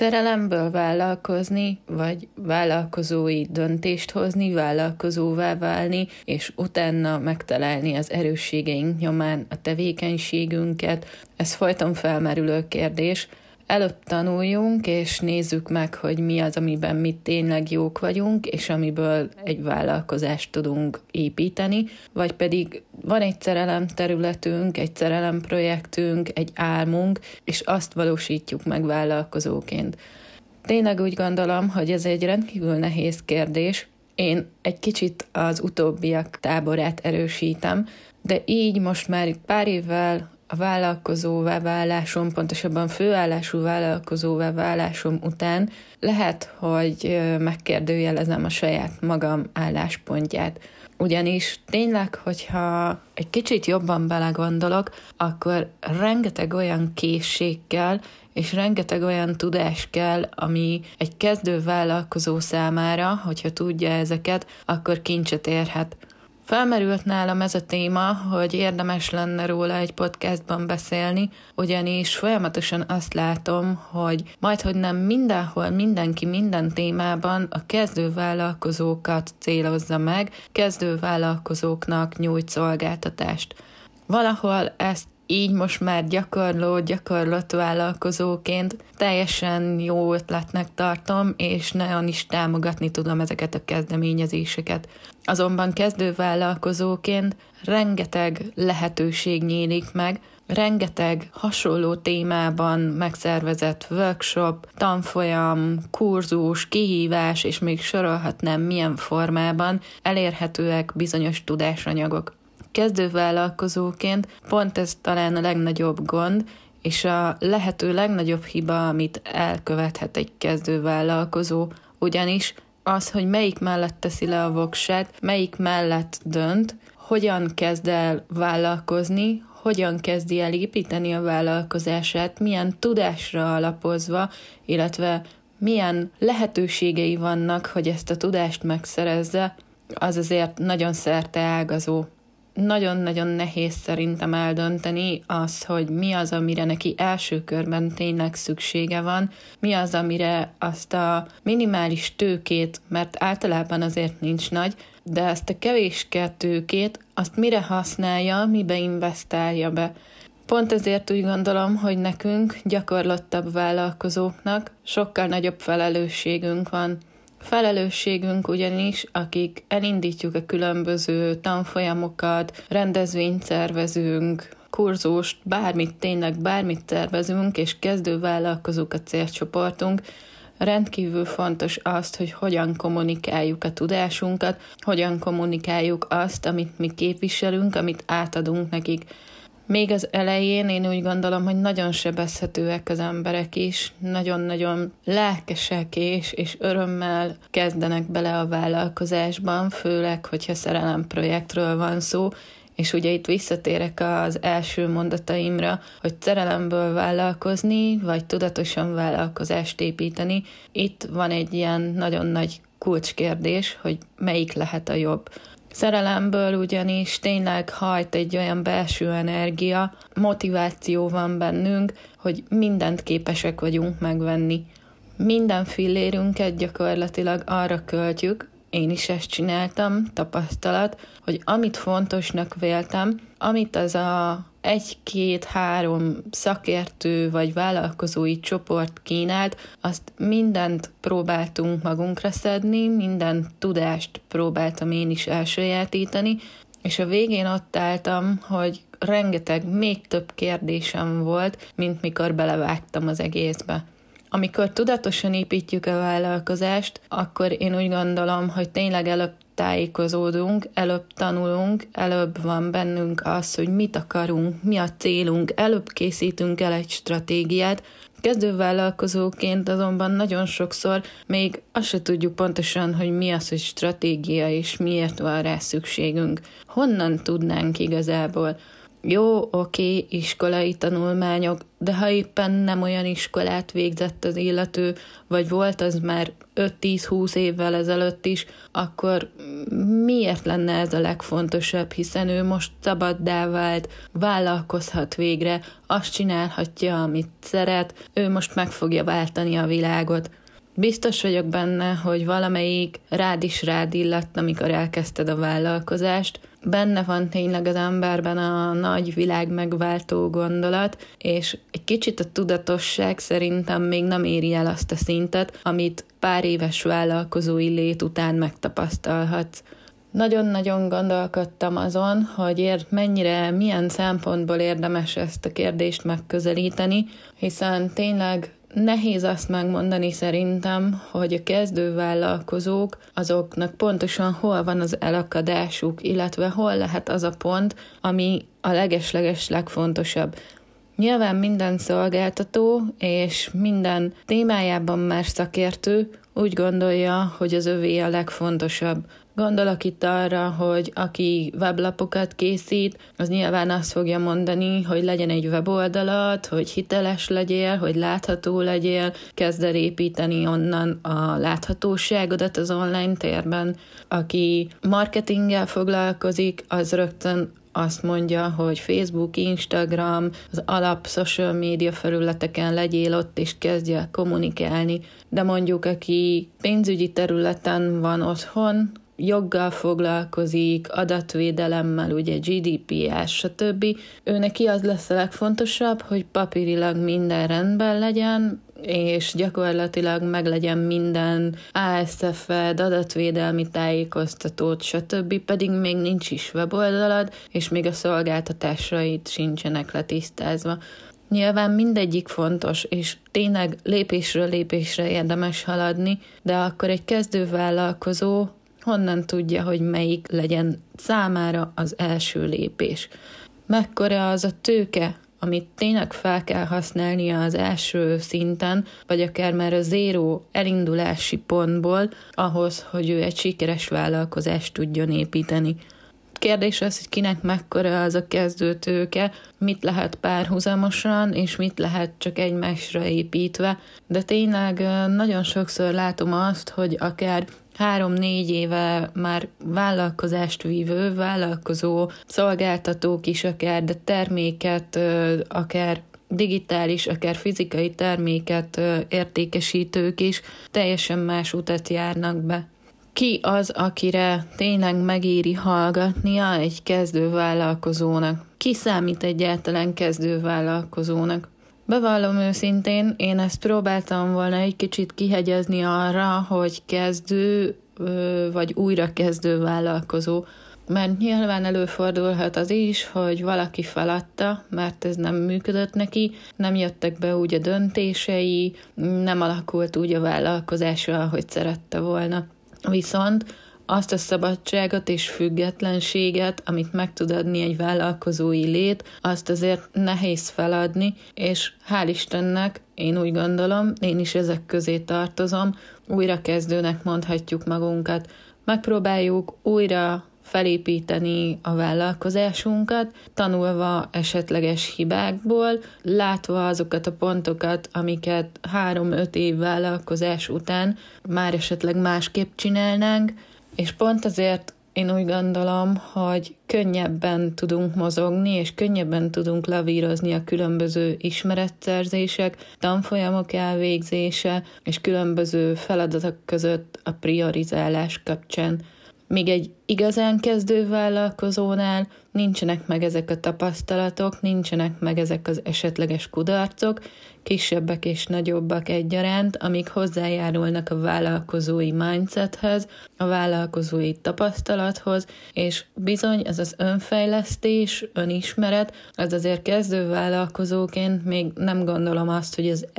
Szerelemből vállalkozni, vagy vállalkozói döntést hozni, vállalkozóvá válni, és utána megtalálni az erősségeink nyomán a tevékenységünket, ez folyton felmerülő kérdés. Előbb tanuljunk, és nézzük meg, hogy mi az, amiben mi tényleg jók vagyunk, és amiből egy vállalkozást tudunk építeni, vagy pedig van egy szerelem területünk, egy szerelem projektünk, egy álmunk, és azt valósítjuk meg vállalkozóként. Tényleg úgy gondolom, hogy ez egy rendkívül nehéz kérdés. Én egy kicsit az utóbbiak táborát erősítem, de így most már pár évvel a vállalkozóvá válásom, pontosabban főállású vállalkozóvá válásom után lehet, hogy megkérdőjelezem a saját magam álláspontját. Ugyanis tényleg, hogyha egy kicsit jobban belegondolok, akkor rengeteg olyan készség kell, és rengeteg olyan tudás kell, ami egy kezdő vállalkozó számára, hogyha tudja ezeket, akkor kincset érhet. Felmerült nálam ez a téma, hogy érdemes lenne róla egy podcastban beszélni, ugyanis folyamatosan azt látom, hogy majdhogy nem mindenhol, mindenki minden témában a kezdővállalkozókat célozza meg, kezdővállalkozóknak nyújt szolgáltatást. Valahol ezt így most már gyakorlott vállalkozóként teljesen jó ötletnek tartom, és nagyon is támogatni tudom ezeket a kezdeményezéseket. Azonban kezdővállalkozóként rengeteg lehetőség nyílik meg, rengeteg hasonló témában megszervezett workshop, tanfolyam, kurzus, kihívás, és még sorolhatnám milyen formában elérhetőek bizonyos tudásanyagok. Kezdővállalkozóként pont ez talán a legnagyobb gond, és a lehető legnagyobb hiba, amit elkövethet egy kezdővállalkozó, ugyanis az, hogy melyik mellett teszi le a voksát, melyik mellett dönt, hogyan kezd el vállalkozni, hogyan kezdi el építeni a vállalkozását, milyen tudásra alapozva, illetve milyen lehetőségei vannak, hogy ezt a tudást megszerezze, az azért nagyon szerteágazó. Nagyon-nagyon nehéz szerintem eldönteni az, hogy mi az, amire neki első körben tényleg szüksége van, mi az, amire azt a minimális tőkét, mert általában azért nincs nagy, de ezt a kevéske tőkét, azt mire használja, mibe investálja be. Pont ezért úgy gondolom, hogy nekünk, gyakorlottabb vállalkozóknak sokkal nagyobb felelősségünk van. Felelősségünk ugyanis, akik elindítjuk a különböző tanfolyamokat, rendezvényt szervezünk, kurzust, bármit szervezünk, és kezdővállalkozók a célcsoportunk, rendkívül fontos azt, hogy hogyan kommunikáljuk a tudásunkat, hogyan kommunikáljuk azt, amit mi képviselünk, amit átadunk nekik. Még az elején én úgy gondolom, hogy nagyon sebezhetőek az emberek is, nagyon-nagyon lelkesek és örömmel kezdenek bele a vállalkozásban, főleg, hogyha szerelemprojektről van szó, és ugye itt visszatérek az első mondataimra, hogy szerelemből vállalkozni, vagy tudatosan vállalkozást építeni. Itt van egy ilyen nagyon nagy kulcskérdés, hogy melyik lehet a jobb. Szerelemből ugyanis tényleg hajt egy olyan belső energia, motiváció van bennünk, hogy mindent képesek vagyunk megvenni. Minden fillérünket gyakorlatilag arra költjük, én is ezt csináltam, tapasztalat, hogy amit fontosnak véltem, amit az a 1-2-3 szakértő vagy vállalkozói csoport kínált, azt mindent próbáltunk magunkra szedni, minden tudást próbáltam én is elsajátítani, és a végén ott álltam, hogy rengeteg, még több kérdésem volt, mint mikor belevágtam az egészbe. Amikor tudatosan építjük a vállalkozást, akkor én úgy gondolom, hogy tényleg előbb tájékozódunk, előbb tanulunk, előbb van bennünk az, hogy mit akarunk, mi a célunk, előbb készítünk el egy stratégiát. Kezdővállalkozóként azonban nagyon sokszor még azt se tudjuk pontosan, hogy mi az, hogy stratégia és miért van rá szükségünk. Honnan tudnánk igazából? jó, oké, iskolai tanulmányok, de ha éppen nem olyan iskolát végzett az illető, vagy volt az már 5-10-20 évvel ezelőtt is, akkor miért lenne ez a legfontosabb, hiszen ő most szabaddá vált, vállalkozhat végre, azt csinálhatja, amit szeret, ő most meg fogja váltani a világot. Biztos vagyok benne, hogy valamelyik rád is rád illett, amikor elkezdted a vállalkozást. Benne van tényleg az emberben a nagy világ megváltó gondolat, és egy kicsit a tudatosság szerintem még nem éri el azt a szintet, amit pár éves vállalkozói lét után megtapasztalhatsz. Nagyon-nagyon gondolkodtam azon, hogy milyen szempontból érdemes ezt a kérdést megközelíteni, hiszen tényleg nehéz azt megmondani szerintem, hogy a kezdővállalkozók azoknak pontosan hol van az elakadásuk, illetve hol lehet az a pont, ami a legesleges legfontosabb. Nyilván minden szolgáltató és minden témájában más szakértő úgy gondolja, hogy az övé a legfontosabb. Gondolok itt arra, hogy aki weblapokat készít, az nyilván azt fogja mondani, hogy legyen egy weboldalad, hogy hiteles legyél, hogy látható legyél, kezd el építeni onnan a láthatóságodat az online térben. Aki marketinggel foglalkozik, az rögtön azt mondja, hogy Facebook, Instagram, az alap social média felületeken legyél ott, és kezdj el kommunikálni. De mondjuk, aki pénzügyi területen van otthon, joggal foglalkozik, adatvédelemmel, ugye GDPR, stb. Ő neki az lesz a legfontosabb, hogy papírilag minden rendben legyen, és gyakorlatilag meglegyen minden ASF-ed, adatvédelmi tájékoztatót, stb. Pedig még nincs is weboldalad, és még a szolgáltatásait sincsenek letisztázva. Nyilván mindegyik fontos, és tényleg lépésről lépésre érdemes haladni, de akkor egy kezdővállalkozó honnan tudja, hogy melyik legyen számára az első lépés. Mekkora az a tőke, amit tényleg fel kell használnia az első szinten, vagy akár már a zéró elindulási pontból, ahhoz, hogy ő egy sikeres vállalkozást tudjon építeni. Kérdés az, hogy kinek mekkora az a kezdőtőke, mit lehet párhuzamosan, és mit lehet csak egymásra építve, de tényleg nagyon sokszor látom azt, hogy akár 3-4 éve már vállalkozást vívő, vállalkozó szolgáltatók is akár, de terméket, akár digitális, akár fizikai terméket értékesítők is teljesen más utat járnak be. Ki az, akire tényleg megéri hallgatnia egy kezdővállalkozónak? Ki számít egyáltalán kezdővállalkozónak? Bevallom őszintén, én ezt próbáltam volna egy kicsit kihegyezni arra, hogy kezdő vagy újrakezdő vállalkozó. Mert nyilván előfordulhat az is, hogy valaki feladta, mert ez nem működött neki, nem jöttek be úgy a döntései, nem alakult úgy a vállalkozása, ahogy szerette volna. Viszont azt a szabadságot és függetlenséget, amit meg tud adni egy vállalkozói lét, azt azért nehéz feladni, és hál' Istennek, én úgy gondolom, én is ezek közé tartozom, újrakezdőnek mondhatjuk magunkat. Megpróbáljuk újra felépíteni a vállalkozásunkat, tanulva esetleges hibákból, látva azokat a pontokat, amiket 3-5 év vállalkozás után már esetleg másképp csinálnánk, és pont azért én úgy gondolom, hogy könnyebben tudunk mozogni, és könnyebben tudunk lavírozni a különböző ismeretszerzések, tanfolyamok elvégzése, és különböző feladatok között a priorizálás kapcsán. Míg egy igazán kezdő vállalkozónál nincsenek meg ezek a tapasztalatok, nincsenek meg ezek az esetleges kudarcok, kisebbek és nagyobbak egyaránt, amik hozzájárulnak a vállalkozói mindsethez, a vállalkozói tapasztalathoz, és bizony ez az önfejlesztés, önismeret, az azért kezdő vállalkozóként még nem gondolom azt, hogy az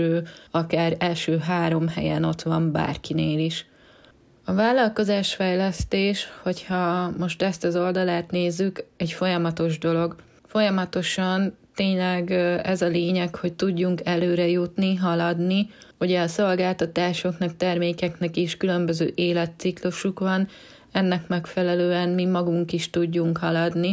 akár első 3 helyen ott van bárkinél is. A vállalkozásfejlesztés, hogyha most ezt az oldalát nézzük, egy folyamatos dolog. Folyamatosan tényleg ez a lényeg, hogy tudjunk előre jutni, haladni. Ugye a szolgáltatásoknak, termékeknek is különböző életciklusuk van, ennek megfelelően mi magunk is tudjunk haladni,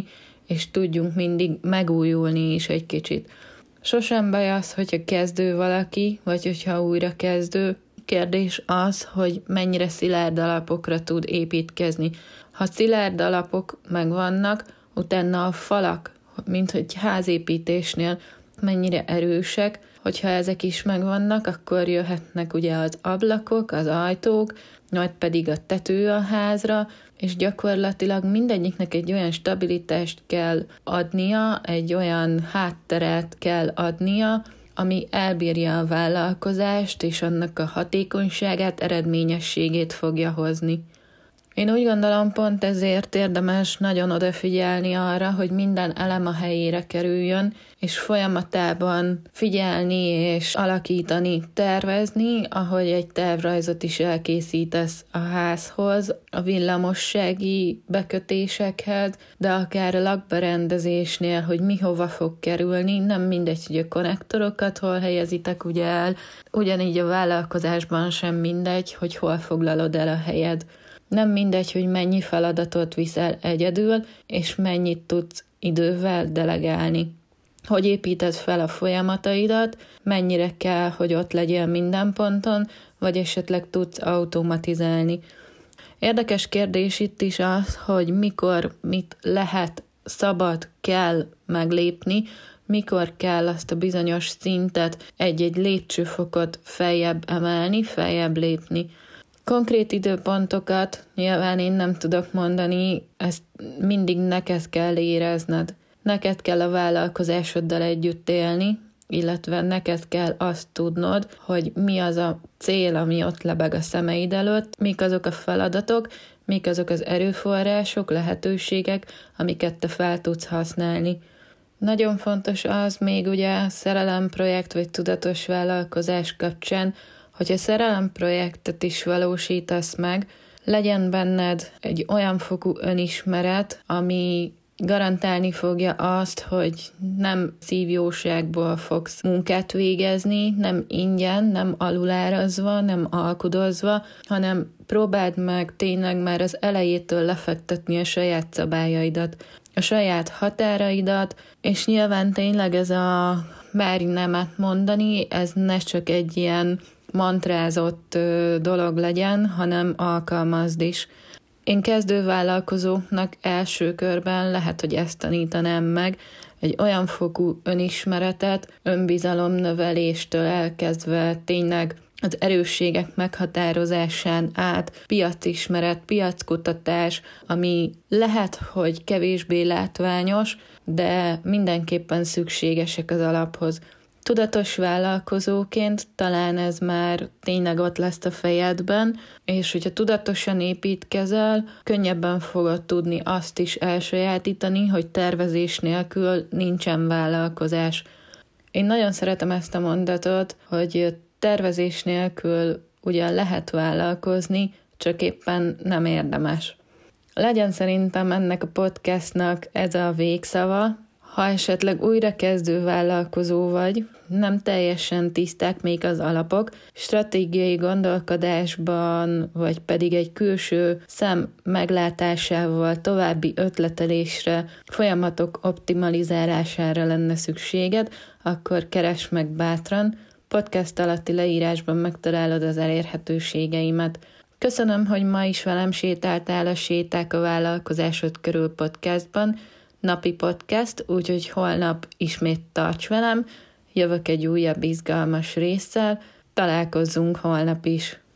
és tudjunk mindig megújulni is egy kicsit. Sosem baj az, hogyha kezdő valaki, vagy hogyha újra kezdő. Kérdés az, hogy mennyire szilárd alapokra tud építkezni. Ha szilárd alapok megvannak, utána a falak, mint hogy házépítésnél mennyire erősek, hogyha ezek is megvannak, akkor jöhetnek ugye az ablakok, az ajtók, majd pedig a tető a házra, és gyakorlatilag mindegyiknek egy olyan stabilitást kell adnia, egy olyan hátteret kell adnia, ami elbírja a vállalkozást, és annak a hatékonyságát, eredményességét fogja hozni. Én úgy gondolom, pont ezért érdemes nagyon odafigyelni arra, hogy minden elem a helyére kerüljön, és folyamatában figyelni és alakítani, tervezni, ahogy egy tervrajzot is elkészítesz a házhoz, a villamossági bekötésekhez, de akár a lakberendezésnél, hogy mi hova fog kerülni, nem mindegy, hogy a konnektorokat hol helyezitek ugye el, ugyanígy a vállalkozásban sem mindegy, hogy hol foglalod el a helyed. Nem mindegy, hogy mennyi feladatot viszel egyedül, és mennyit tudsz idővel delegálni. Hogy építed fel a folyamataidat, mennyire kell, hogy ott legyél minden ponton, vagy esetleg tudsz automatizálni. Érdekes kérdés itt is az, hogy mikor mit lehet, szabad, kell meglépni, mikor kell azt a bizonyos szintet, egy-egy lépcsőfokot feljebb emelni, feljebb lépni. Konkrét időpontokat nyilván én nem tudok mondani, ezt mindig neked kell érezned. Neked kell a vállalkozásoddal együtt élni, illetve neked kell azt tudnod, hogy mi az a cél, ami ott lebeg a szemeid előtt, mik azok a feladatok, mik azok az erőforrások, lehetőségek, amiket te fel tudsz használni. Nagyon fontos az még ugye szerelemprojekt vagy tudatos vállalkozás kapcsán, hogyha szerelemprojektet is valósítasz meg, legyen benned egy olyan fokú önismeret, ami garantálni fogja azt, hogy nem szívjóságból fogsz munkát végezni, nem ingyen, nem alulárazva, nem alkudozva, hanem próbáld meg tényleg már az elejétől lefektetni a saját szabályaidat, a saját határaidat, és nyilván tényleg ez a merj nemet mondani, ez ne csak egy ilyen mantrázott dolog legyen, hanem alkalmazd is. Én kezdővállalkozóknak első körben lehet, hogy ezt tanítanám meg, egy olyan fokú önismeretet, önbizalomnöveléstől elkezdve tényleg az erősségek meghatározásán át, piacismeret, piackutatás, ami lehet, hogy kevésbé látványos, de mindenképpen szükségesek az alaphoz. Tudatos vállalkozóként talán ez már tényleg ott lesz a fejedben, és hogyha tudatosan építkezel, könnyebben fogod tudni azt is elsajátítani, hogy tervezés nélkül nincsen vállalkozás. Én nagyon szeretem ezt a mondatot, hogy tervezés nélkül ugyan lehet vállalkozni, csak éppen nem érdemes. Legyen szerintem ennek a podcastnak ez a végszava. Ha esetleg újra kezdő vállalkozó vagy, nem teljesen tiszták még az alapok, stratégiai gondolkodásban, vagy pedig egy külső szem meglátásával további ötletelésre, folyamatok optimalizálására lenne szükséged, akkor keresd meg bátran, podcast alatti leírásban megtalálod az elérhetőségeimet. Köszönöm, hogy ma is velem sétáltál a Séták a vállalkozásod körül podcastban, napi podcast, úgyhogy holnap ismét tarts velem, jövök egy újabb izgalmas résszel, találkozzunk holnap is.